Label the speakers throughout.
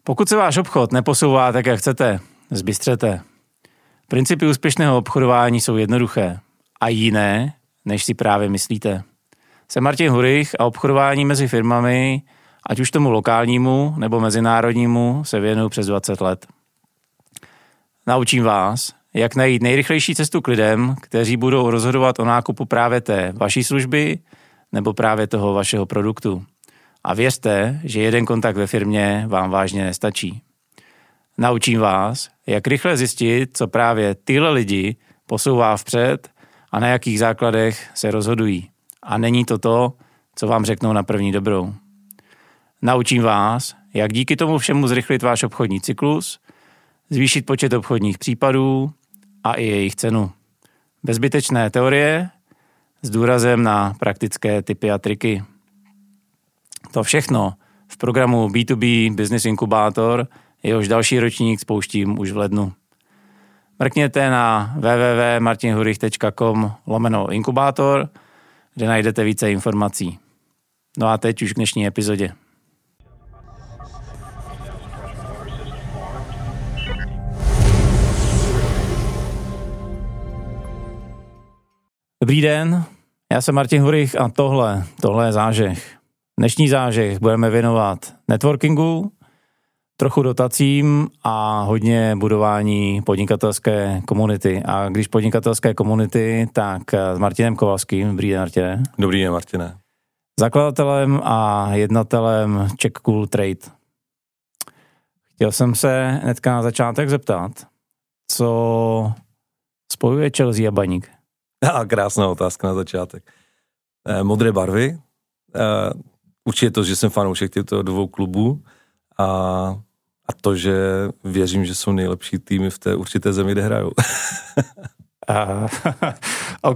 Speaker 1: Pokud se váš obchod neposouvá tak, jak chcete, zbystřete. Principy úspěšného obchodování jsou jednoduché a jiné, než si právě myslíte. Jsem Martin Hurich a obchodování mezi firmami, ať už tomu lokálnímu nebo mezinárodnímu, se věnuju přes 20 let. Naučím vás, jak najít nejrychlejší cestu k lidem, kteří budou rozhodovat o nákupu právě té vaší služby nebo právě toho vašeho produktu. A věřte, že jeden kontakt ve firmě vám vážně nestačí. Naučím vás, jak rychle zjistit, co právě tyhle lidi posouvá vpřed a na jakých základech se rozhodují. A není to to, co vám řeknou na první dobrou. Naučím vás, jak díky tomu všemu zrychlit váš obchodní cyklus, zvýšit počet obchodních případů a i jejich cenu. Bez zbytečné teorie, s důrazem na praktické tipy a triky. To všechno v programu B2B Business Inkubator, jehož další ročník spouštím už v lednu. Mrkněte na www.martinhurich.com/inkubátor, kde najdete více informací. No a teď už k dnešní epizodě. Dobrý den, já jsem Martin Hurich a tohle je zážeh. Dnešní zážeh budeme věnovat networkingu, trochu dotacím a hodně budování podnikatelské komunity. A když podnikatelské komunity, tak s Martinem Kovalským. Dobrý den, Martine.
Speaker 2: Dobrý den, Martine.
Speaker 1: Zakladatelem a jednatelem Czech Cool Trade. Chtěl jsem se hnedka na začátek zeptat, co spojuje Chelsea a Baník?
Speaker 2: Krásná otázka na začátek. Modré barvy. Určitě to, že jsem fanoušek těchto dvou klubů a to, že věřím, že jsou nejlepší týmy v té určité zemi, kde hrajou.
Speaker 1: OK.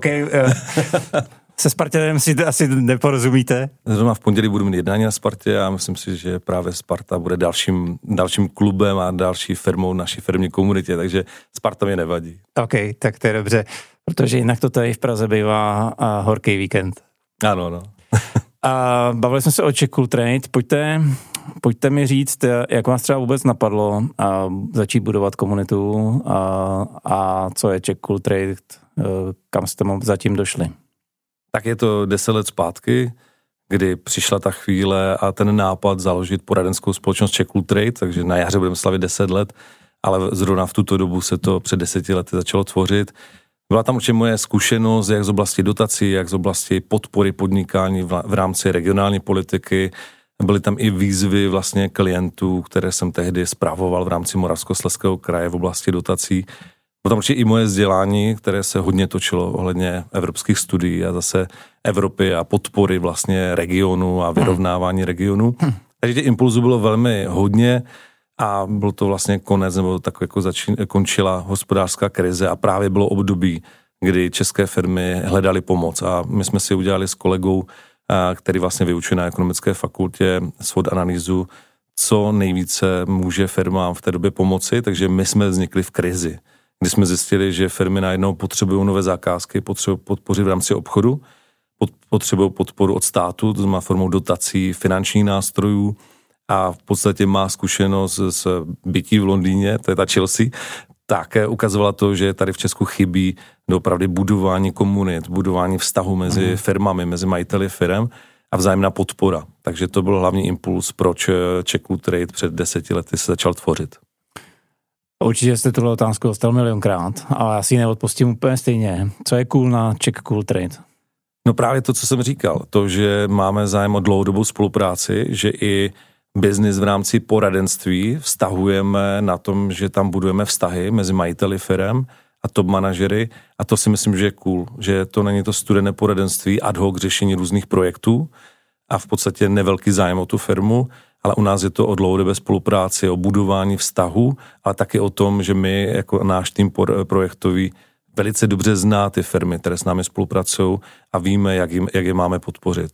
Speaker 1: Se Spartanem si asi neporozumíte?
Speaker 2: Zrovna v pondělí budu mít jednání na Spartě a myslím si, že právě Sparta bude dalším klubem a další firmou naší firmní komunitě, takže Sparta mě nevadí.
Speaker 1: OK, tak to je dobře, protože jinak to tady v Praze bývá horký víkend.
Speaker 2: Ano.
Speaker 1: A bavili jsme se o Czech Cool Trade. Pojďte mi říct, jak vás třeba vůbec napadlo začít budovat komunitu a co je Czech Cool Trade, kam jste zatím došli?
Speaker 2: Tak je to 10 let zpátky, kdy přišla ta chvíle a ten nápad založit poradenskou společnost Czech Cool Trade, takže na jaře budeme slavit 10 let, ale zrovna v tuto dobu se to před 10 lety začalo tvořit. Byla tam určitě moje zkušenost jak z oblasti dotací, jak z oblasti podpory podnikání v rámci regionální politiky. Byly tam i výzvy vlastně klientů, které jsem tehdy spravoval v rámci Moravskoslezského kraje v oblasti dotací. Bylo tam určitě i moje vzdělání, které se hodně točilo ohledně evropských studií a zase Evropy a podpory vlastně regionu a vyrovnávání regionu. Takže těch impulzů bylo velmi hodně a byl to vlastně konec, nebo tak jako končila hospodářská krize a právě bylo období, kdy české firmy hledaly pomoc a my jsme si udělali s kolegou, který vlastně vyučuje na ekonomické fakultě, svod analýzu, co nejvíce může firmám v té době pomoci, takže my jsme vznikli v krizi, kdy jsme zjistili, že firmy najednou potřebují nové zakázky, potřebují podpořit v rámci obchodu, potřebují podporu od státu, to znamená formou dotací, finančních nástrojů a v podstatě má zkušenost s bytí v Londýně, to je ta Chelsea, tak ukazovala to, že tady v Česku chybí doopravdy budování komunit, budování vztahu mezi firmami, mezi majiteli firem a vzájemná podpora. Takže to byl hlavní impuls, proč Czech Cool Trade před 10 lety se začal tvořit.
Speaker 1: Určitě jste tuhle otázku dostal milionkrát, ale já si ji neodpustím úplně stejně. Co je cool na Czech Cool Trade?
Speaker 2: No právě to, co jsem říkal, to, že máme zájem o dlouhodobou spolupráci, že i biznis v rámci poradenství vztahujeme na tom, že tam budujeme vztahy mezi majiteli firem a top manažery a to si myslím, že je cool, že to není to studené poradenství ad hoc řešení různých projektů a v podstatě nevelký zájem o tu firmu, ale u nás je to o dlouhodobé spolupráci, o budování vztahu a taky o tom, že my jako náš tým projektový velice dobře zná ty firmy, které s námi spolupracují a víme, jak je máme podpořit.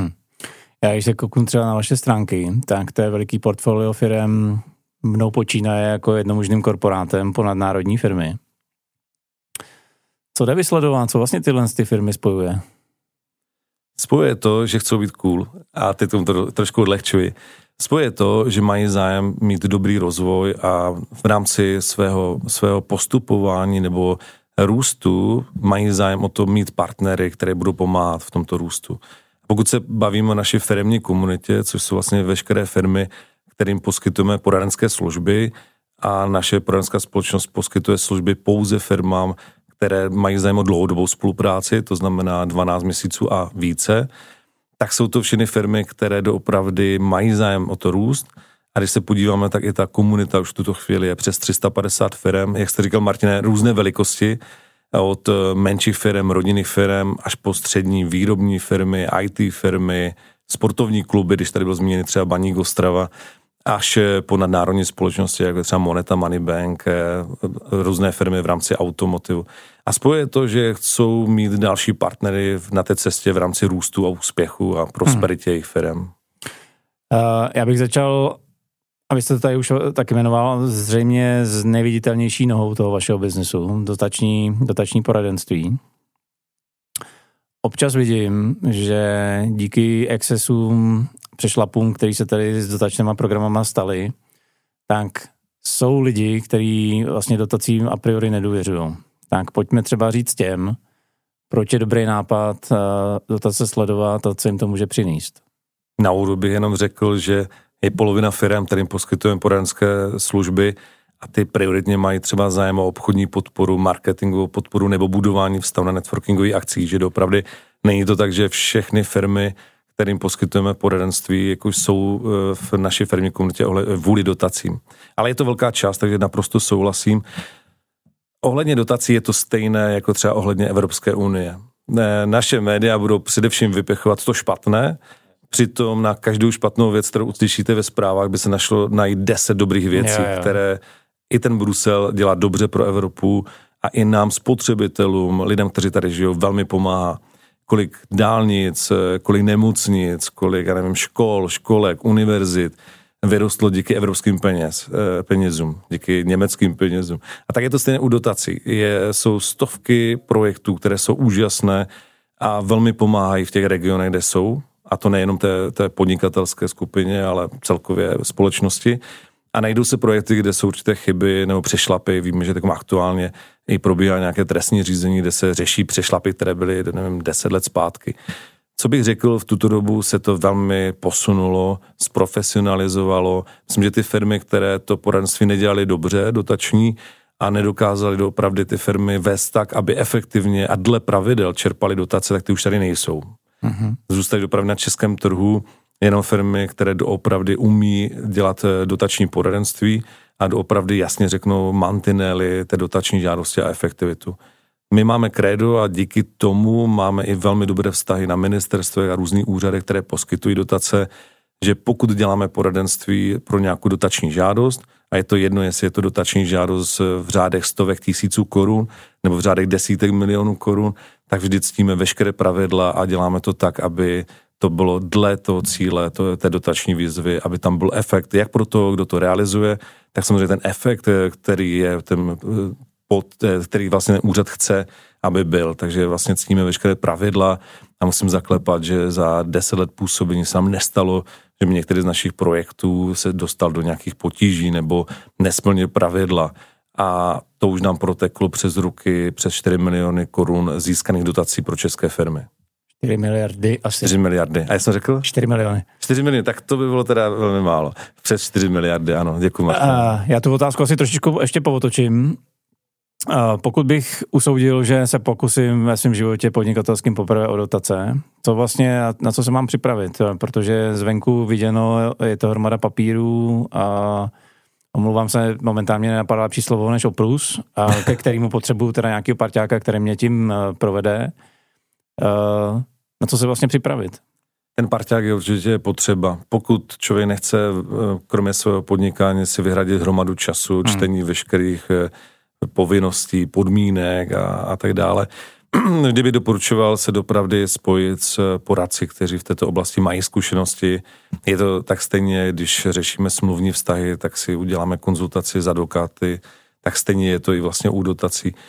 Speaker 1: Já když se kouknu třeba na vaše stránky, tak to je veliký portfolio firem, mnou počínaje jako jednomužným korporátem po nadnárodní firmy. Co jde vysledovat? Co vlastně tyhle firmy spojuje?
Speaker 2: Spojuje to, že chcou být cool a teď to trošku odlehčuji. Spojuje to, že mají zájem mít dobrý rozvoj a v rámci svého postupování nebo růstu mají zájem o to mít partnery, které budou pomáhat v tomto růstu. Pokud se bavíme o naší firemní komunitě, což jsou vlastně veškeré firmy, kterým poskytujeme poradenské služby a naše poradenská společnost poskytuje služby pouze firmám, které mají zájem o dlouhodobou spolupráci, to znamená 12 měsíců a více, tak jsou to všechny firmy, které doopravdy mají zájem o to růst. A když se podíváme, tak i ta komunita už v tuto chvíli je přes 350 firm, jak jste říkal, Martine, různé velikosti, od menších firm, rodinných firm, až po střední výrobní firmy, IT firmy, sportovní kluby, když tady byl zmíněný třeba Baník Ostrava, až po nadnárodní společnosti, jako třeba Moneta, Moneybank, různé firmy v rámci automotivu. A spojuje to, že chcou mít další partnery na té cestě v rámci růstu a úspěchu a prosperitě jejich firm.
Speaker 1: Já bych začal, abyste to tady už taky jmenoval, zřejmě z nejviditelnější nohou toho vašeho biznesu, dotační poradenství. Občas vidím, že díky excesům, přešlapům, který se tady s dotačníma programama staly, tak jsou lidi, kteří vlastně dotacím a priori nedůvěřují. Tak pojďme třeba říct těm, proč je dobrý nápad dotace sledovat a co jim to může přinést.
Speaker 2: Na úvod bych jenom řekl, že je polovina firm, kterým poskytujeme poradenské služby a ty prioritně mají třeba zájem o obchodní podporu, marketingovou podporu nebo budování vztahu na networkingových akcích, že doopravdy není to tak, že všechny firmy, kterým poskytujeme poradenství, jako jsou v naší firmní komunitě vůli dotacím. Ale je to velká část, takže naprosto souhlasím. Ohledně dotací je to stejné jako třeba ohledně Evropské unie. Naše média budou především vypěchovat to špatné, přitom na každou špatnou věc, kterou uslyšíte ve zprávách, by se našlo najít 10 dobrých věcí, které i ten Brusel dělá dobře pro Evropu a i nám spotřebitelům, lidem, kteří tady žijou, velmi pomáhá. Kolik dálnic, kolik nemocnic, kolik, já nevím, školek, univerzit vyrostlo díky evropským penězům, díky německým penězům. A tak je to stejné u dotací. Jsou stovky projektů, které jsou úžasné a velmi pomáhají v těch regionech, kde jsou. A to nejenom té podnikatelské skupině, ale celkově společnosti. A najdou se projekty, kde jsou určité chyby nebo přešlapy. Víme, že taková aktuálně i probíhá nějaké trestní řízení, kde se řeší přešlapy, které byly, nevím, 10 let zpátky. Co bych řekl, v tuto dobu se to velmi posunulo, zprofesionalizovalo. Myslím, že ty firmy, které to poradenství nedělaly dobře, dotační, a nedokázaly doopravdy ty firmy vést tak, aby efektivně a dle pravidel čerpaly dotace, tak ty už tady nejsou. Zůstaly doopravdy na českém trhu jenom firmy, které doopravdy umí dělat dotační poradenství a doopravdy jasně řeknou mantinely té dotační žádosti a efektivitu. My máme krédo a díky tomu máme i velmi dobré vztahy na ministerstvech a různých úřadech, které poskytují dotace, že pokud děláme poradenství pro nějakou dotační žádost, a je to jedno, jestli je to dotační žádost v řádech stovek tisíců korun nebo v řádech desítek milionů korun, tak vždy ctíme veškeré pravidla a děláme to tak, aby to bylo dle toho cíle, té dotační výzvy, aby tam byl efekt, jak pro toho, kdo to realizuje, tak samozřejmě ten efekt, který vlastně ten úřad chce, aby byl. Takže vlastně ctíme veškeré pravidla a musím zaklepat, že za 10 let působení se nám nestalo, že by některý z našich projektů se dostal do nějakých potíží nebo nesplnil pravidla. A to už nám proteklo přes ruky přes 4 miliony korun získaných dotací pro české firmy.
Speaker 1: 4 miliardy asi.
Speaker 2: 4 miliardy. A já jsem řekl?
Speaker 1: 4 miliony.
Speaker 2: 4 miliony, tak to by bylo teda velmi málo. Přes 4 miliardy, ano. Děkuji, Martin.
Speaker 1: Já tu otázku asi trošičku ještě povotočím. Pokud bych usoudil, že se pokusím ve svém životě podnikatelským poprvé o dotace, to vlastně, na co se mám připravit, protože zvenku viděno je to hromada papírů a omlouvám se, momentálně nenapadá lepší slovo než oprus, ke kterému potřebuju teda nějakého parťáka, který mě tím provede. Na co se vlastně připravit?
Speaker 2: Ten parťák je určitě potřeba. Pokud člověk nechce kromě svého podnikání si vyhradit hromadu času, čtení veškerých povinností, podmínek a tak dále. Kdyby doporučoval se dopravdy spojit s poradci, kteří v této oblasti mají zkušenosti. Je to tak stejně, když řešíme smluvní vztahy, tak si uděláme konzultaci s advokáty, tak stejně je to i vlastně u dotací.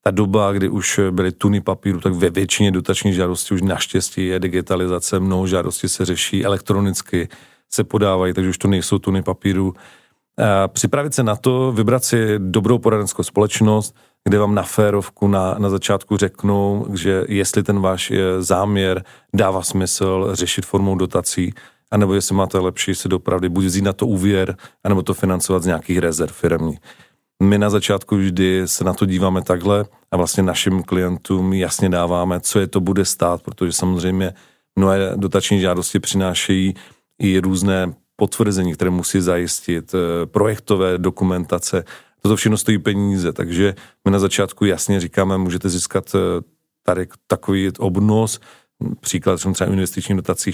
Speaker 2: ta doba, kdy už byly tuny papíru, tak ve většině dotačních žádostí už naštěstí je digitalizace, mnoho žádostí se řeší elektronicky, se podávají, takže už to nejsou tuny papíru. Připravit se na to, vybrat si dobrou poradenskou společnost, kde vám na férovku na začátku řeknou, že jestli ten váš záměr dává smysl řešit formou dotací, anebo jestli máte lepší si dopravdy buď vzít na to úvěr, anebo to financovat z nějakých rezerv firemních. My na začátku vždy se na to díváme takhle a vlastně našim klientům jasně dáváme, co je to bude stát, protože samozřejmě mnohé dotační žádosti přinášejí i různé potvrzení, které musí zajistit, projektové dokumentace. Toto všechno stojí peníze, takže my na začátku jasně říkáme, můžete získat tady takový obnos, příklad třeba investičních dotacích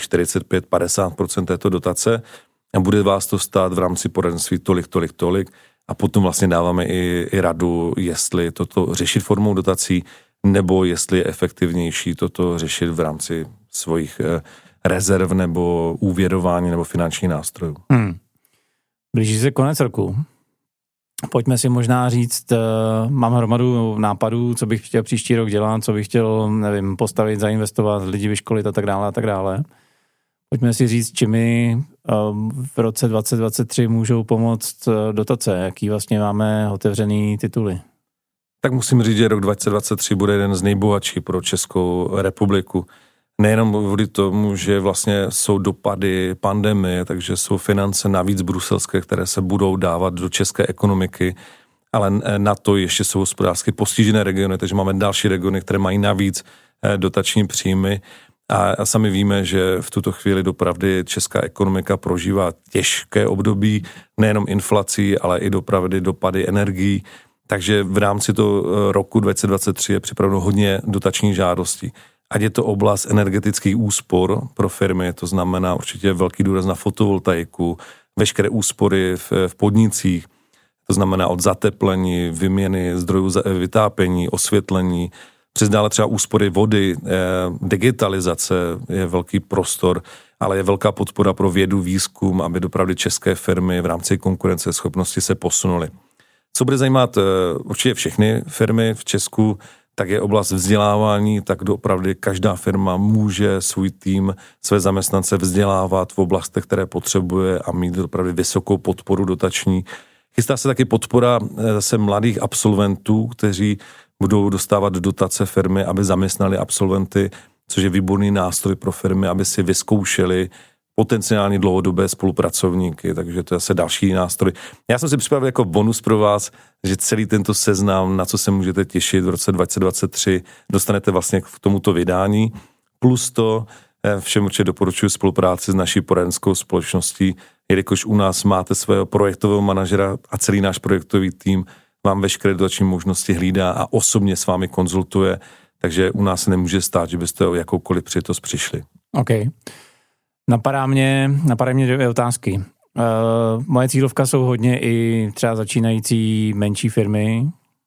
Speaker 2: 45-50% této dotace a bude vás to stát v rámci poradenství tolik a potom vlastně dáváme i radu, jestli toto řešit formou dotací, nebo jestli je efektivnější toto řešit v rámci svých rezerv nebo úvěrování nebo finančních nástrojů.
Speaker 1: Blíží se konec roku. Pojďme si možná říct, mám hromadu nápadů, co bych chtěl příští rok dělat, co bych chtěl, nevím, postavit, zainvestovat, lidi vyškolit a tak dále. Pojďme si říct, čimi v roce 2023 můžou pomoct dotace, jaký vlastně máme otevřený tituly.
Speaker 2: Tak musím říct, že rok 2023 bude jeden z nejbohatších pro Českou republiku. Nejenom kvůli tomu, že vlastně jsou dopady pandemie, takže jsou finance navíc bruselské, které se budou dávat do české ekonomiky, ale na to ještě jsou hospodářsky postižené regiony, takže máme další regiony, které mají navíc dotační příjmy a sami víme, že v tuto chvíli dopravdy česká ekonomika prožívá těžké období, nejenom inflací, ale i dopravdy dopady energií, takže v rámci toho roku 2023 je připraveno hodně dotačních žádostí. Ať je to oblast energetických úspor pro firmy, to znamená určitě velký důraz na fotovoltaiku, veškeré úspory v podnicích, to znamená od zateplení, vyměny zdrojů vytápění, osvětlení, přes dále třeba úspory vody, digitalizace je velký prostor, ale je velká podpora pro vědu, výzkum, aby dopravdy české firmy v rámci konkurenceschopnosti se posunuly. Co bude zajímat určitě všechny firmy v Česku, tak je oblast vzdělávání, tak doopravdy každá firma může svůj tým, své zaměstnance vzdělávat v oblastech, které potřebuje a mít opravdu vysokou podporu dotační. Chystá se taky podpora zase mladých absolventů, kteří budou dostávat dotace firmy, aby zaměstnali absolventy, což je výborný nástroj pro firmy, aby si vyzkoušeli potenciálně dlouhodobé spolupracovníky, takže to je zase další nástroj. Já jsem si připravil jako bonus pro vás, že celý tento seznam, na co se můžete těšit v roce 2023, dostanete vlastně k tomuto vydání, plus to všem určitě doporučuji spolupráci s naší poradenskou společností, jelikož u nás máte svého projektového manažera a celý náš projektový tým vám veškeré dotační možnosti hlídá a osobně s vámi konzultuje, takže u nás se nemůže stát, že byste o jakoukoliv přijetost přišli.
Speaker 1: OK. Napadají mě dvě otázky. Moje cílovka jsou hodně i třeba začínající menší firmy.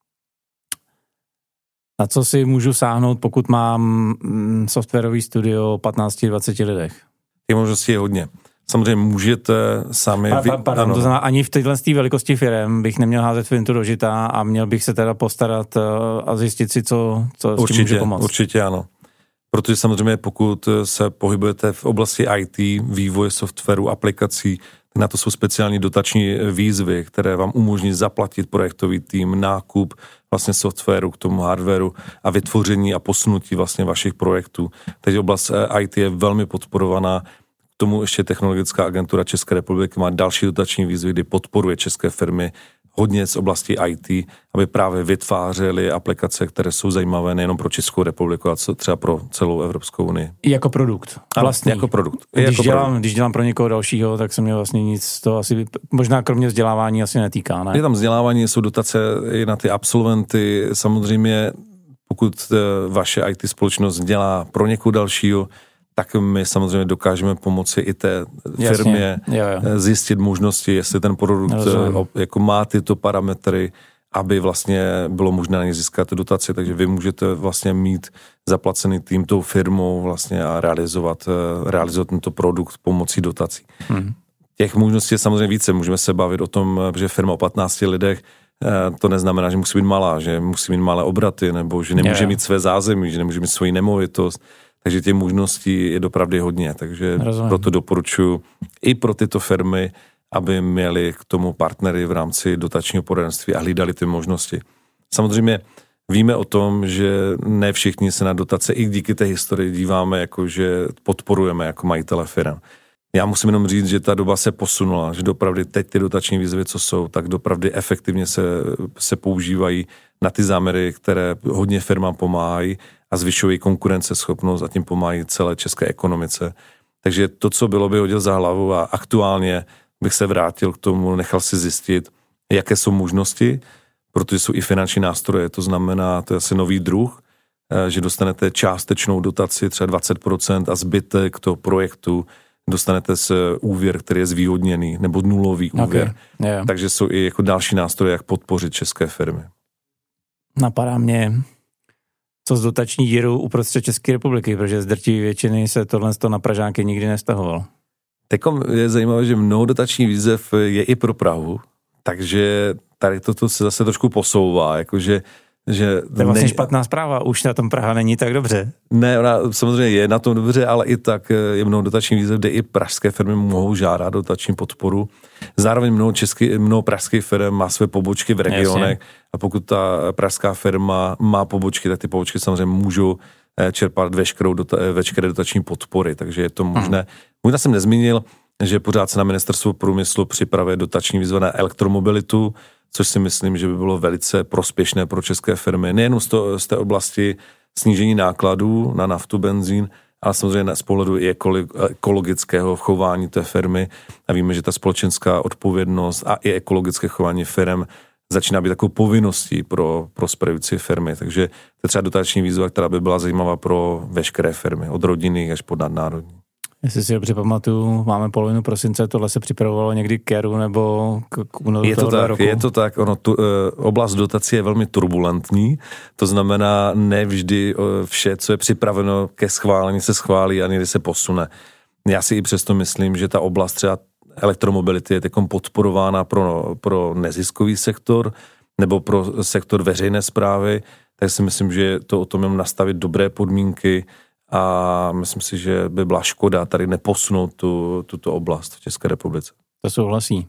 Speaker 1: Na co si můžu sáhnout, pokud mám softwarový studio o 15-20 lidech?
Speaker 2: Těch možností je hodně. Samozřejmě můžete sami...
Speaker 1: Pardon, to znamená, ani v téhle velikosti firem bych neměl házet flintu do žita a měl bych se teda postarat a zjistit si, co s tím může pomoct.
Speaker 2: Určitě ano. Protože samozřejmě pokud se pohybujete v oblasti IT, vývoje softwaru, aplikací, na to jsou speciální dotační výzvy, které vám umožní zaplatit projektový tým, nákup vlastně softwaru k tomu hardwaru a vytvoření a posunutí vlastně vašich projektů. Takže oblast IT je velmi podporovaná. K tomu ještě Technologická agentura České republiky má další dotační výzvy, kdy podporuje české firmy hodně z oblasti IT, aby právě vytvářely aplikace, které jsou zajímavé nejenom pro Českou republiku, ale třeba pro celou Evropskou unii.
Speaker 1: I jako produkt.
Speaker 2: Vlastně jako produkt.
Speaker 1: Když dělám pro někoho dalšího, tak se mě vlastně nic z toho asi, možná kromě vzdělávání asi netýká, ne?
Speaker 2: Je tam vzdělávání, jsou dotace i na ty absolventy. Samozřejmě, pokud vaše IT společnost dělá pro někoho dalšího, tak my samozřejmě dokážeme pomoci i té firmě zjistit možnosti, jestli ten produkt jako má tyto parametry, aby vlastně bylo možné na ně získat dotaci, takže vy můžete vlastně mít zaplacený tým tou firmou vlastně a realizovat tento produkt pomocí dotací. Těch možností je samozřejmě více, můžeme se bavit o tom, že firma o 15 lidech to neznamená, že musí být malá, že musí mít malé obraty, nebo že nemůže mít své zázemí, že nemůže mít svoji nemovitost. Takže těch možností je dopravdy hodně. Takže proto doporučuji i pro tyto firmy, aby měli k tomu partnery v rámci dotačního poradenství a hlídali ty možnosti. Samozřejmě víme o tom, že ne všichni se na dotace i díky té historii díváme, jako že podporujeme jako majitele firm. Já musím jenom říct, že ta doba se posunula, že dopravdy teď ty dotační výzvy, co jsou, tak dopravdy efektivně se používají na ty záměry, které hodně firmám pomáhají a zvyšují konkurenceschopnost a tím pomáhají celé české ekonomice. Takže to, co bylo, by hodil za hlavu a aktuálně bych se vrátil k tomu, nechal si zjistit, jaké jsou možnosti, protože jsou i finanční nástroje, to znamená, to je asi nový druh, že dostanete částečnou dotaci, třeba 20% a zbytek toho projektu dostanete s úvěr, který je zvýhodněný, nebo nulový úvěr.
Speaker 1: Okay. Yeah.
Speaker 2: Takže jsou i jako další nástroje, jak podpořit české firmy.
Speaker 1: Napadá mě, co z dotační dírou uprostřed České republiky, protože z drtivé většiny se tohle na Pražáky nikdy nestahovalo.
Speaker 2: Teďkom je zajímavé, že mnoho dotačních výzev je i pro Prahu, takže tady toto se zase trošku posouvá, jakože že
Speaker 1: to je vlastně špatná zpráva, už na tom Praha není tak dobře.
Speaker 2: Ne, ona samozřejmě je na tom dobře, ale i tak je mnoho dotačních výzev, kde i pražské firmy mohou žádat dotační podporu. Zároveň mnoho pražských firm má své pobočky v regionech. Jasně. A pokud ta pražská firma má pobočky, tak ty pobočky samozřejmě můžou čerpat veškeré dotační podpory, takže je to možné. Možná jsem nezmínil, že pořád se na ministerstvu průmyslu připravuje dotační výzva na elektromobilitu, což si myslím, že by bylo velice prospěšné pro české firmy. Nejen z té oblasti snížení nákladů na naftu, benzín, ale samozřejmě z pohledu i ekologického chování té firmy. A víme, že ta společenská odpovědnost a i ekologické chování firm začíná být takovou povinností pro prosperující firmy. Takže to je třeba dotační výzva, která by byla zajímavá pro veškeré firmy, od rodinných až po nadnárodní.
Speaker 1: Jestli si dobře pamatuju, máme polovinu prosince, tohle se připravovalo někdy k jaru nebo k únoru tohoto roku.
Speaker 2: Je to tak, oblast dotací je velmi turbulentní, to znamená ne vždy vše, co je připraveno ke schválení, se schválí a někdy se posune. Já si i přesto myslím, že ta oblast třeba elektromobility je takom podporována pro neziskový sektor nebo pro sektor veřejné správy, tak si myslím, že to o tom jen nastavit dobré podmínky a myslím si, že by byla škoda tady neposunout tuto oblast v České republice.
Speaker 1: To souhlasí.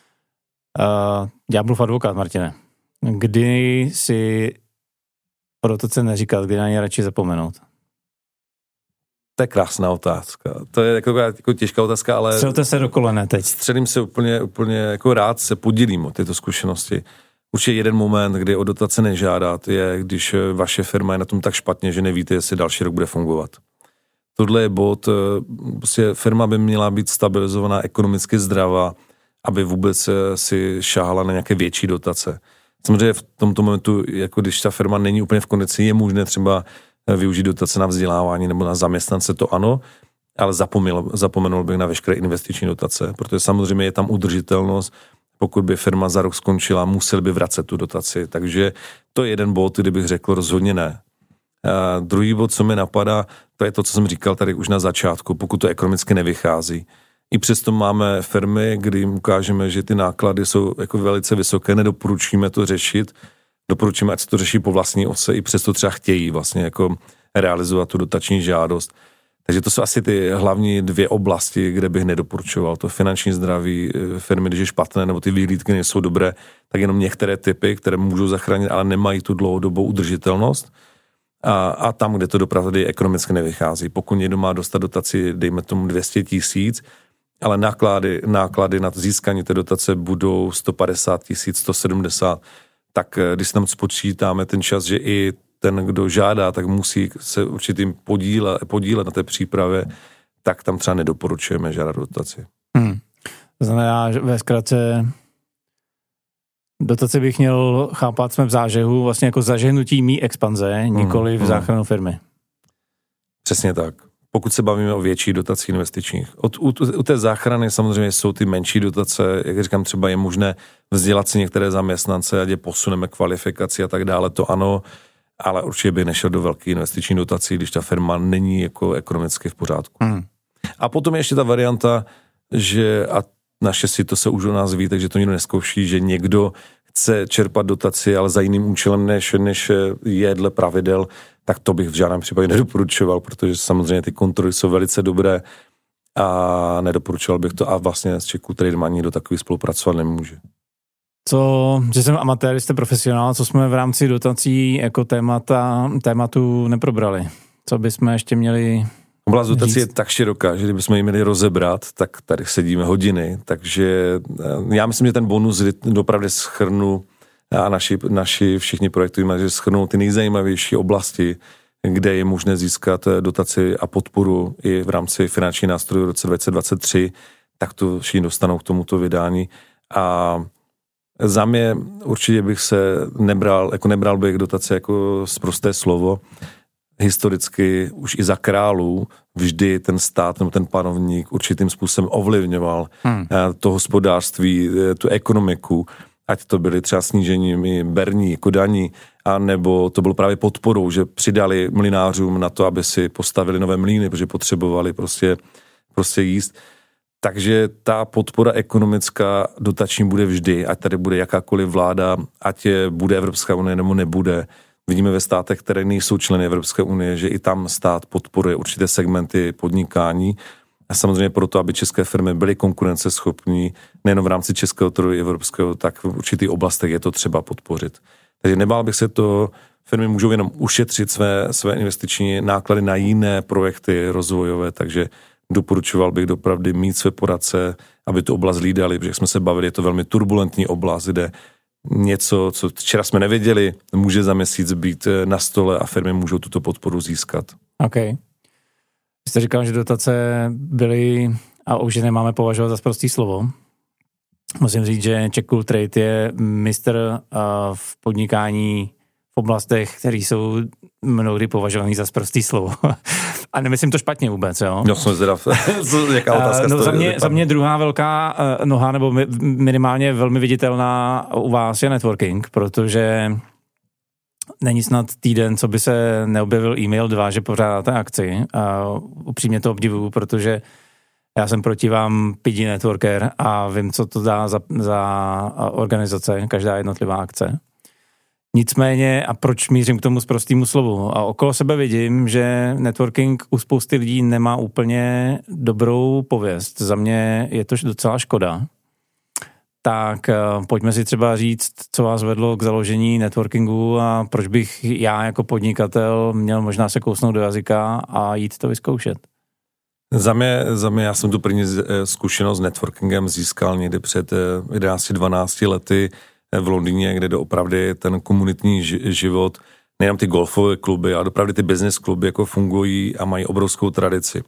Speaker 1: Ďáblův advokát, Martine. Kdy si o dotace neříkat, kdy na ně radši zapomenout?
Speaker 2: To je krásná otázka. To je jako těžká otázka, ale...
Speaker 1: Střelte se do kolene teď.
Speaker 2: Střelím se úplně jako rád se podělím o tyto zkušenosti. Určitě jeden moment, kdy o dotace nežádat, je, když vaše firma je na tom tak špatně, že nevíte, jestli další rok bude fungovat. Tohle je bod, prostě firma by měla být stabilizovaná, ekonomicky zdravá, aby vůbec si šáhala na nějaké větší dotace. Samozřejmě v tomto momentu, jako když ta firma není úplně v kondici, je možné třeba využít dotace na vzdělávání nebo na zaměstnance, to ano, ale zapomenul bych na veškeré investiční dotace, protože samozřejmě je tam udržitelnost. Pokud by firma za rok skončila, museli by vracet tu dotaci. Takže to je jeden bod, kdybych řekl rozhodně ne. A druhý bod, co mi napadá, to je to, co jsem říkal tady už na začátku, pokud to ekonomicky nevychází. I přesto máme firmy, kdy jim ukážeme, že ty náklady jsou jako velice vysoké, nedoporučíme to řešit, doporučíme, ať se to řeší po vlastní ose, i přesto třeba chtějí vlastně jako realizovat tu dotační žádost. Takže to jsou asi ty hlavní dvě oblasti, kde bych nedoporučoval. To finanční zdraví firmy, když je špatné, nebo ty výhlídky nejsou dobré, tak jenom některé typy, které můžou zachránit, ale nemají tu dlouhodobou udržitelnost. A tam, kde to dopravdy ekonomicky nevychází. Pokud někdo má dostat dotaci, dejme tomu 200 000, ale náklady na získání té dotace budou 150 000, 170, tak když si tam spočítáme ten čas, že i ten, kdo žádá, tak musí se určitým podílet na té přípravě, tak tam třeba nedoporučujeme žádat dotaci.
Speaker 1: To znamená, že ve zkratce dotace bych měl chápat, jsme v zážehu, vlastně jako zažehnutí mý expanze, nikoli v záchranu firmy.
Speaker 2: Přesně tak. Pokud se bavíme o větší dotacích investičních. U té záchrany samozřejmě jsou ty menší dotace, jak říkám, třeba je možné vzdělat si některé zaměstnance, ať je posuneme kvalifikaci a tak dále, to ano, ale určitě by nešel do velké investiční dotací, když ta firma není jako ekonomicky v pořádku. A potom je ještě ta varianta, že, a naštěstí to se už o nás ví, takže to nikdo neskouší, že někdo chce čerpat dotaci, ale za jiným účelem, než je dle pravidel, tak to bych v žádném případě nedoporučoval, protože samozřejmě ty kontroly jsou velice dobré a nedoporučoval bych to a vlastně s Czech Cool Tradem ani do takových spolupracovat nemůže.
Speaker 1: Že jsem amatér, jste profesionál, co jsme v rámci dotací jako tématu neprobrali? Co bychom ještě měli
Speaker 2: Oblast dotací je tak široká, že kdybychom ji měli rozebrat, tak tady sedíme hodiny, takže já myslím, že ten bonus dopravdy shrnu a naši všichni projektují, že shrnou ty nejzajímavější oblasti, kde je možné získat dotaci a podporu i v rámci finanční nástrojů v roce 2023, tak to všichni dostanou k tomuto vydání. A za mě určitě bych se nebral bych dotace jako sprosté slovo. Historicky už i za králů vždy ten stát nebo ten panovník určitým způsobem ovlivňoval to hospodářství, tu ekonomiku, ať to byly třeba sníženími berní, jako daní, a nebo to bylo právě podporou, že přidali mlynářům na to, aby si postavili nové mlýny, protože potřebovali prostě jíst. Takže ta podpora ekonomická dotační bude vždy, ať tady bude jakákoliv vláda, ať bude Evropská unie nebo nebude. Vidíme ve státech, které nejsou členy Evropské unie, že i tam stát podporuje určité segmenty podnikání. A samozřejmě proto, aby české firmy byly konkurenceschopní, nejen v rámci českého trhu i evropského, tak v určitých oblastech je to třeba podpořit. Takže nebál bych se to, firmy můžou jenom ušetřit své investiční náklady na jiné projekty rozvojové, takže doporučoval bych dopravdy mít své poradce, aby tu oblast hlídali, protože jak jsme se bavili, je to velmi turbulentní oblast, kde něco, co včera jsme nevěděli, může za měsíc být na stole a firmy můžou tuto podporu získat.
Speaker 1: OK. Vy jste říkal, že dotace byly a už je nemáme považovat za sprostý slovo. Musím říct, že Czech Cool Trade je mistr v podnikání v oblastech, které jsou mnohdy považovaný za sprostý slovo. A nemyslím to špatně vůbec, jo?
Speaker 2: No, jsem zvědav, jaká otázka
Speaker 1: za mě druhá velká noha, nebo minimálně velmi viditelná u vás je networking, protože není snad týden, co by se neobjevil e-mail 2, že pořádáte akci. A upřímně to obdivuju, protože já jsem proti vám pidi networker a vím, co to dá za organizace, každá jednotlivá akce. Nicméně, a proč mířím k tomu sprostému slovu? A okolo sebe vidím, že networking u spousty lidí nemá úplně dobrou pověst. Za mě je to docela škoda. Tak pojďme si třeba říct, co vás vedlo k založení networkingu a proč bych já jako podnikatel měl možná se kousnout do jazyka a jít to vyzkoušet.
Speaker 2: Za mě já jsem tu první zkušenost s networkingem získal někdy před 11-12 lety v Londýně, kde doopravdy ten komunitní život, nejenom ty golfové kluby, ale opravdu ty business kluby jako fungují a mají obrovskou tradici.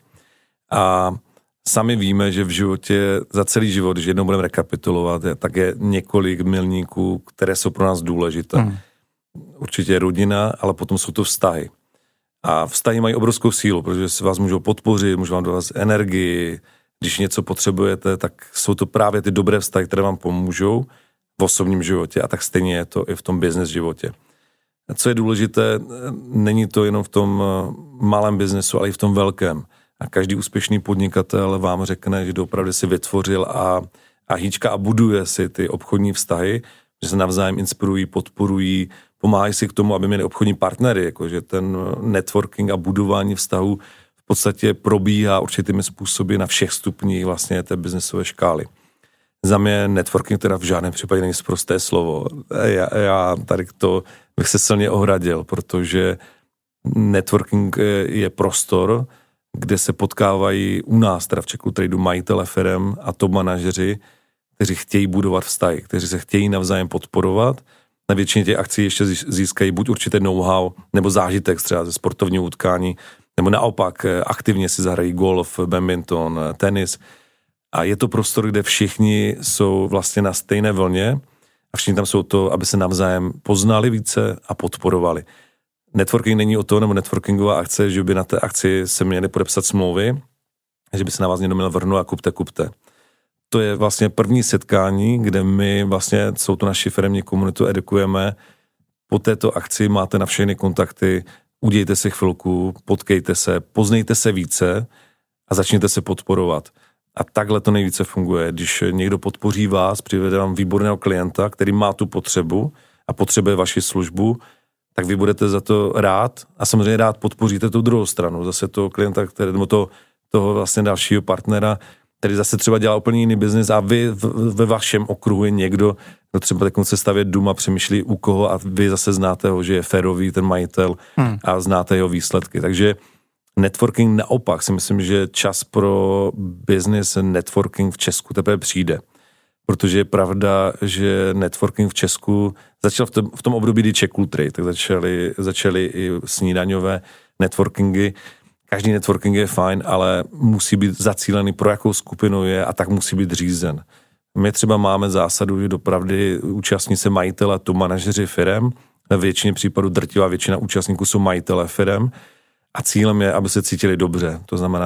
Speaker 2: A sami víme, že v životě, za celý život, když jednou budeme rekapitulovat, tak je několik milníků, které jsou pro nás důležité. Určitě rodina, ale potom jsou to vztahy. A vztahy mají obrovskou sílu, protože si vás můžou podpořit, můžou vám dát energii, když něco potřebujete, tak jsou to právě ty dobré vztahy, které vám pomůžou v osobním životě a tak stejně je to i v tom business životě. A co je důležité, není to jenom v tom malém biznesu, ale i v tom velkém. A každý úspěšný podnikatel vám řekne, že opravdu si vytvořil a hýčka a buduje si ty obchodní vztahy, že se navzájem inspirují, podporují, pomáhají si k tomu, aby měli obchodní partnery, jakože ten networking a budování vztahů v podstatě probíhá určitými způsoby na všech stupních vlastně té biznesové škály. Za mě networking teda v žádném případě není sprosté slovo. Já tady to bych se silně ohradil, protože networking je prostor, kde se potkávají u nás, teda v Czech Cool Tradu, majitele firem a top manažeři, kteří chtějí budovat vztahy, kteří se chtějí navzájem podporovat. Na většině těch akcí ještě získají buď určité know-how, nebo zážitek třeba ze sportovního utkání, nebo naopak aktivně si zahrají golf, badminton, tenis. A je to prostor, kde všichni jsou vlastně na stejné vlně a všichni tam jsou to, aby se navzájem poznali více a podporovali. Networking není o to, nebo networkingová akce, že by na té akci se měly podepsat smlouvy, že by se na vás někdo měl vrhnout a kupte. To je vlastně první setkání, kde my vlastně jsou to naši firemní komunitu edukujeme. Po této akci máte na všechny kontakty, udějte si chvilku, potkejte se, poznejte se více a začněte se podporovat. A takhle to nejvíce funguje. Když někdo podpoří vás, přivede vám výborného klienta, který má tu potřebu a potřebuje vaši službu, tak vy budete za to rád a samozřejmě rád podpoříte tu druhou stranu. Zase toho klienta, nebo toho vlastně dalšího partnera, který zase třeba dělá úplně jiný biznis a vy ve vašem okruhu je někdo, kdo třeba tak se stavět dům a přemýšlí u koho a vy zase znáte ho, že je férový ten majitel a znáte jeho výsledky. Takže networking naopak si myslím, že čas pro business networking v Česku teprve přijde. Protože je pravda, že networking v Česku začal v tom období, kdy Czech Trade, tak začaly i snídaňové networkingy. Každý networking je fajn, ale musí být zacílený, pro jakou skupinu je a tak musí být řízen. My třeba máme zásadu, že dopravdy účastní se majitele, to manažeři firem, ve většině případů drtivá většina účastníků jsou majitele firem a cílem je, aby se cítili dobře. To znamená,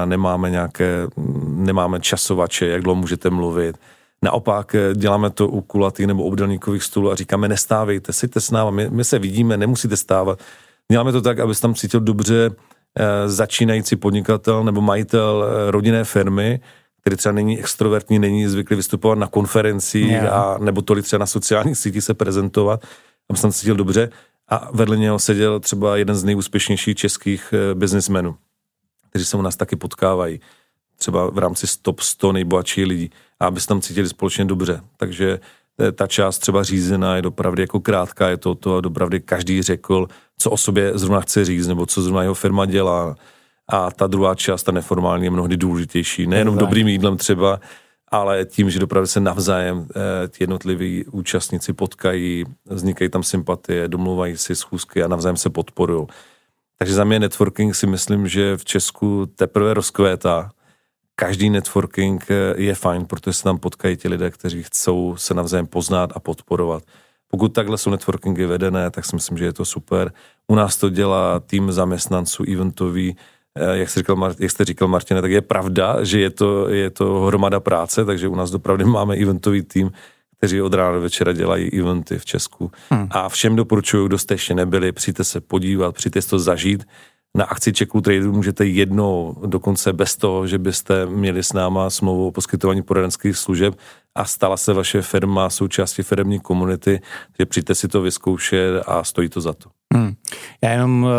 Speaker 2: nemáme časovače, jak dlouho můžete mluvit. Naopak děláme to u kulatých nebo obdélníkových stolů a říkáme, nestávejte, seďte s námi, my se vidíme, nemusíte stávat. Děláme to tak, aby se tam cítil dobře začínající podnikatel nebo majitel rodinné firmy, který třeba není extrovertní, není zvyklý vystupovat na konferencích a nebo tolik třeba na sociálních sítích se prezentovat, aby se tam cítil dobře a vedle něho seděl třeba jeden z nejúspěšnějších českých biznismenů, kteří se u nás taky potkávají, třeba v rámci top 100 nejbohatších lidí, a aby se tam cítili společně dobře. Takže ta část třeba řízená je dopravdy jako krátká, je to dopravdy každý řekl, co o sobě zrovna chce říct, nebo co zrovna jeho firma dělá. A ta druhá část, ta neformální, je mnohdy důležitější. Nejenom dobrým jídlem třeba, ale tím, že dopravdy se navzájem ti jednotliví účastníci potkají, vznikají tam sympatie, domluvají si schůzky a navzájem se podporují. Takže za mě networking si myslím, že v Česku teprve rozkvétá. Každý networking je fajn, protože se tam potkají ti lidé, kteří chcou se navzájem poznat a podporovat. Pokud takhle jsou networkingy vedené, tak si myslím, že je to super. U nás to dělá tým zaměstnanců eventový, jak jste říkal, Martine, tak je pravda, že je to hromada práce, takže u nás dopravdy máme eventový tým, kteří od rána do večera dělají eventy v Česku. A všem doporučuju, kdo jste ještě nebyli, přijďte se podívat, přijďte si to zažít. Na akci Czech Trade můžete jednou, dokonce bez toho, že byste měli s náma smlouvu o poskytování poradenských služeb a stala se vaše firma součástí firemní komunity, že přijďte si to vyzkoušet a stojí to za to.
Speaker 1: Já jenom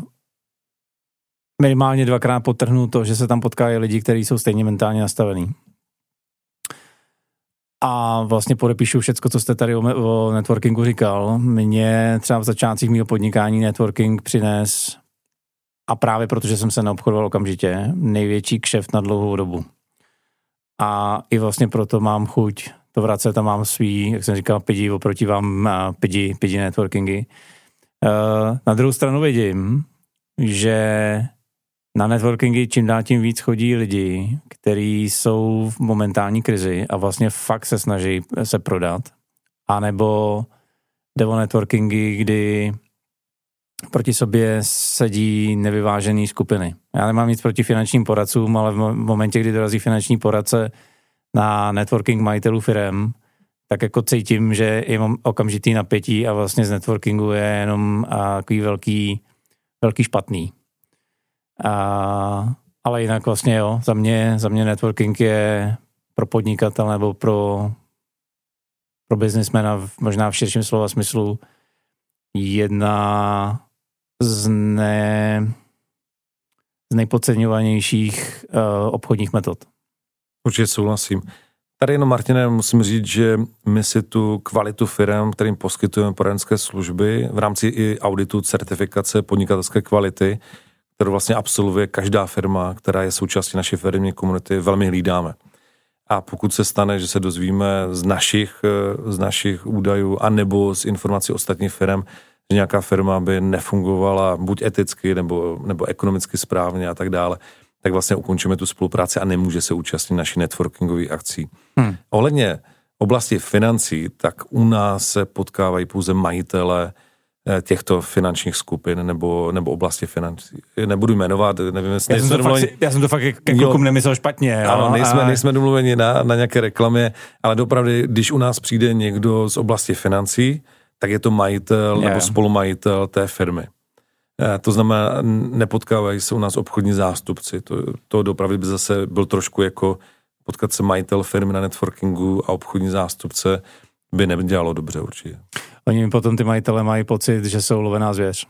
Speaker 1: minimálně 2krát podtrhnu to, že se tam potkají lidi, kteří jsou stejně mentálně nastavení. A vlastně podepíšu všecko, co jste tady o networkingu říkal. Mně třeba v začátcích mého podnikání networking přines, a právě protože jsem se neobchodoval okamžitě, největší kšeft na dlouhou dobu. A i vlastně proto mám chuť to vracet a mám svý, jak jsem říkal, pidi oproti vám pidi networkingy. Na druhou stranu vidím, že na networkingy čím dál tím víc chodí lidi, kteří jsou v momentální krizi a vlastně fakt se snaží se prodat. A nebo jde o networkingy, kdy proti sobě sedí nevyvážené skupiny. Já nemám nic proti finančním poradcům, ale v momentě, kdy dorazí finanční poradce na networking majitelů firem, tak jako cítím, že je okamžitý napětí a vlastně z networkingu je jenom takový velký špatný. Ale jinak vlastně jo, za mě networking je pro podnikatele nebo pro biznismena možná v širším slova smyslu jedna z nejpodceňovanějších obchodních metod.
Speaker 2: Určitě souhlasím. Tady jenom, Martine, musím říct, že my si tu kvalitu firem, kterým poskytujeme poradenské služby v rámci i auditu, certifikace podnikatelské kvality, kterou vlastně absolvuje každá firma, která je součástí naší firmní komunity, velmi hlídáme. A pokud se stane, že se dozvíme z našich údajů anebo z informací ostatních firm, že nějaká firma by nefungovala buď eticky nebo ekonomicky správně a tak dále, tak vlastně ukončíme tu spolupráci a nemůže se účastnit naší networkingových akcí. Ohledně oblasti financí, tak u nás se potkávají pouze majitele těchto finančních skupin nebo oblasti financí. Nebudu jmenovat, nevím, jestli
Speaker 1: já jsem to fakt ke klukům nemyslel špatně.
Speaker 2: Ano, nejsme domluveni na nějaké reklamě, ale dopravdy, když u nás přijde někdo z oblasti financí, tak je to majitel nebo spolumajitel té firmy. To znamená, nepotkávají se u nás obchodní zástupci. To dopravdy by zase byl trošku jako potkat se majitel firmy na networkingu a obchodní zástupce by nedělalo dobře určitě.
Speaker 1: Oni potom ty majitele mají pocit, že jsou lovená zvěř.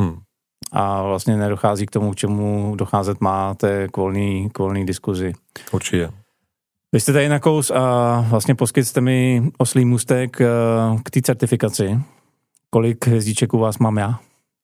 Speaker 1: A vlastně nedochází k tomu, k čemu docházet má, to je k volný diskuzi.
Speaker 2: Určitě.
Speaker 1: Vy jste tady nakous a vlastně poskytl mi oslý můstek k té certifikaci. Kolik hvězdiček u vás mám já?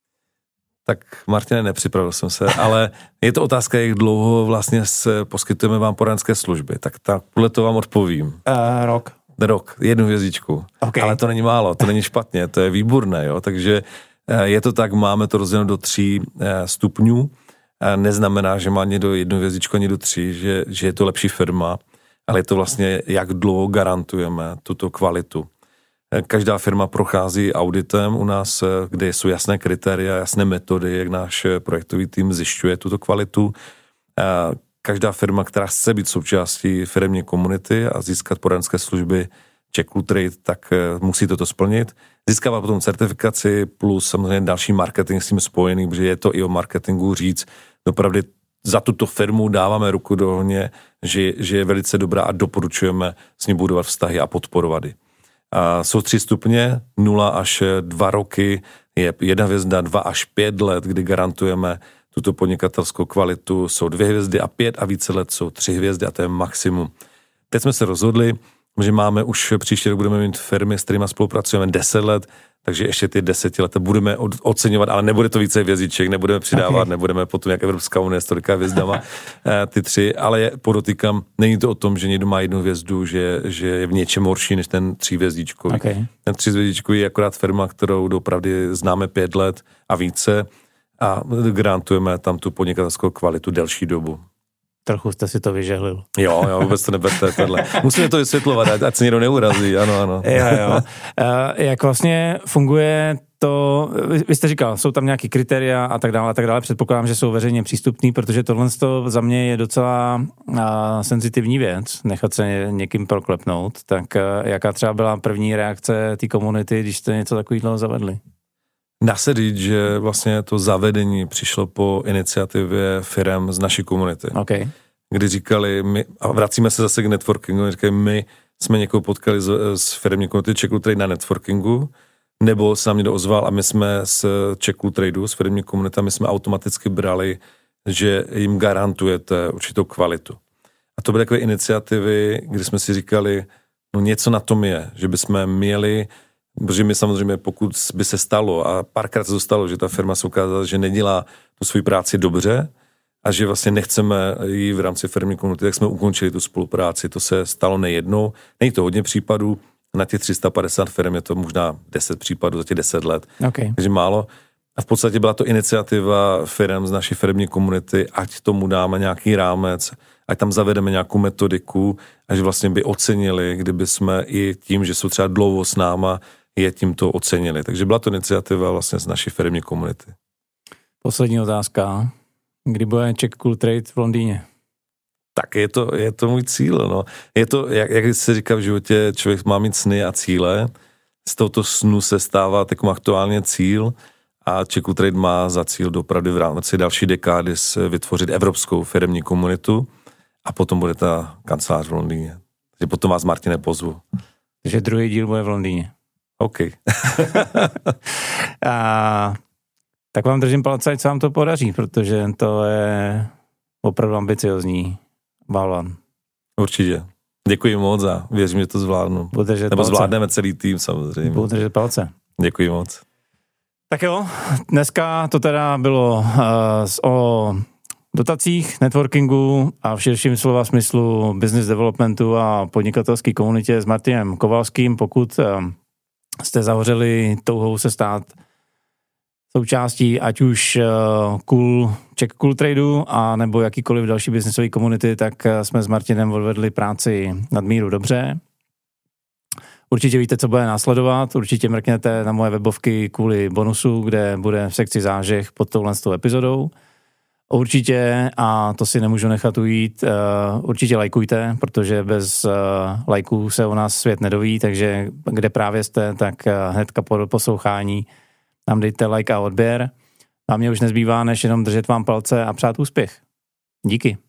Speaker 2: Tak Martine, nepřipravil jsem se, ale je to otázka, jak dlouho vlastně poskytujeme vám poradenské služby. Tak podle toho vám odpovím.
Speaker 1: Rok.
Speaker 2: 1 hvězdičku.
Speaker 1: Okay.
Speaker 2: Ale to není málo, to není špatně, to je výborné, jo. Takže je to tak, máme to rozděleno do 3 stupňů. Neznamená, že má někdo 1 hvězdičku a někdo 3, že je to lepší firma, ale je to vlastně, jak dlouho garantujeme tuto kvalitu. Každá firma prochází auditem u nás, kde jsou jasné kritéria, jasné metody, jak náš projektový tým zjišťuje tuto kvalitu. Každá firma, která chce být součástí firemní komunity a získat poradenské služby CzechCoolTrade, tak musí toto splnit. Získává potom certifikaci plus samozřejmě další marketing s tím spojený, protože je to i o marketingu říct, opravdu za tuto firmu dáváme ruku do ohně, že je velice dobrá a doporučujeme s ní budovat vztahy a podporovat ji. Jsou 3 stupně, 0 až 2 roky, je 1 hvězda, 2 až 5 let, kdy garantujeme tuto podnikatelskou kvalitu, jsou 2 hvězdy a 5 a více let jsou 3 hvězdy a to je maximum. Teď jsme se rozhodli, že máme už příští rok budeme mít firmy, s kterými spolupracujeme 10 let, takže ještě ty 10 let budeme oceňovat, ale nebude to více hvězdiček, nebudeme přidávat, nebudeme potom jak Evropská unie s tolika hvězdama ty 3, ale podotýkám, není to o tom, že někdo má 1 hvězdu, že je v něčem horší než ten 3 hvězdičkový.
Speaker 1: Okay.
Speaker 2: Ten 3 hvězdičkový je akorát firma, kterou opravdu známe 5 let a více a garantujeme tam tu podnikatelskou kvalitu delší dobu.
Speaker 1: Trochu jste si to vyžehlil.
Speaker 2: Jo, vůbec to neberte tohle. Musíme to vysvětlovat, ať se někdo neurazí, ano.
Speaker 1: Jo. Jak vlastně funguje to, vy jste říkal, jsou tam nějaký kritéria a tak dále, předpokládám, že jsou veřejně přístupný, protože tohle za mě je docela senzitivní věc, nechat se někým proklepnout, tak jaká třeba byla první reakce té komunity, když jste něco takového zavedli?
Speaker 2: Dá se říct, že vlastně to zavedení přišlo po iniciativě firem z naší komunity.
Speaker 1: Okay.
Speaker 2: Kdy říkali, a vracíme se zase k networkingu, říkají, my jsme někoho potkali z firemní komunity CzechCoolTrade na networkingu, nebo se nám někdo ozval a my jsme z CzechCoolTradeu, z firemní komunity, my jsme automaticky brali, že jim garantujete určitou kvalitu. A to byly takové iniciativy, kdy jsme si říkali, no něco na tom je, že bychom měli, protože my samozřejmě, pokud by se stalo, a párkrát se to stalo, že ta firma se ukázala, že nedělá tu svou práci dobře a že vlastně nechceme ji v rámci firmní komunity, tak jsme ukončili tu spolupráci. To se stalo nejednou. Není to hodně případů, na těch 350 firm je to možná 10 případů za těch 10 let.
Speaker 1: Okay.
Speaker 2: Takže málo. A v podstatě byla to iniciativa firm z naší firmní komunity, ať tomu dáme nějaký rámec, ať tam zavedeme nějakou metodiku, až vlastně by ocenili, kdyby jsme i tím, že jsou třeba dlouho s náma, je tímto ocenili. Takže byla to iniciativa vlastně z naší firmní komunity.
Speaker 1: Poslední otázka. Kdy bude CzechCoolTrade v Londýně?
Speaker 2: Tak je to můj cíl. No. Je to, jak se říká v životě, člověk má mít sny a cíle. Z tohoto snu se stává takový aktuálně cíl a CzechCoolTrade má za cíl dopravdy v rámci další dekády vytvořit evropskou firemní komunitu a potom bude ta kancelář v Londýně. Takže potom vás, Martine, pozvu.
Speaker 1: Takže druhý díl bude v Londýně.
Speaker 2: OK.
Speaker 1: Tak vám držím palce, ať se vám to podaří, protože to je opravdu ambiciozní balvan.
Speaker 2: Určitě. Děkuji moc a věřím, že to zvládnu. Nebo zvládneme celý tým samozřejmě.
Speaker 1: Budu držet palce.
Speaker 2: Děkuji moc.
Speaker 1: Tak jo, dneska to teda bylo o dotacích, networkingu a v širším slova smyslu business developmentu a podnikatelské komunitě s Martinem Kovalským. Pokud jste zahořeli touhou se stát součástí ať už CzechCoolTradeu a nebo jakýkoliv další biznesové komunity, tak jsme s Martinem odvedli práci nadmíru dobře. Určitě víte, co bude následovat, určitě mrkněte na moje webovky kvůli bonusu, kde bude v sekci zážeh pod touhle epizodou. Určitě, a to si nemůžu nechat ujít, určitě lajkujte, protože bez lajků se o nás svět nedoví, takže kde právě jste, tak hnedka po poslouchání nám dejte like a odběr. A mě už nezbývá, než jenom držet vám palce a přát úspěch. Díky.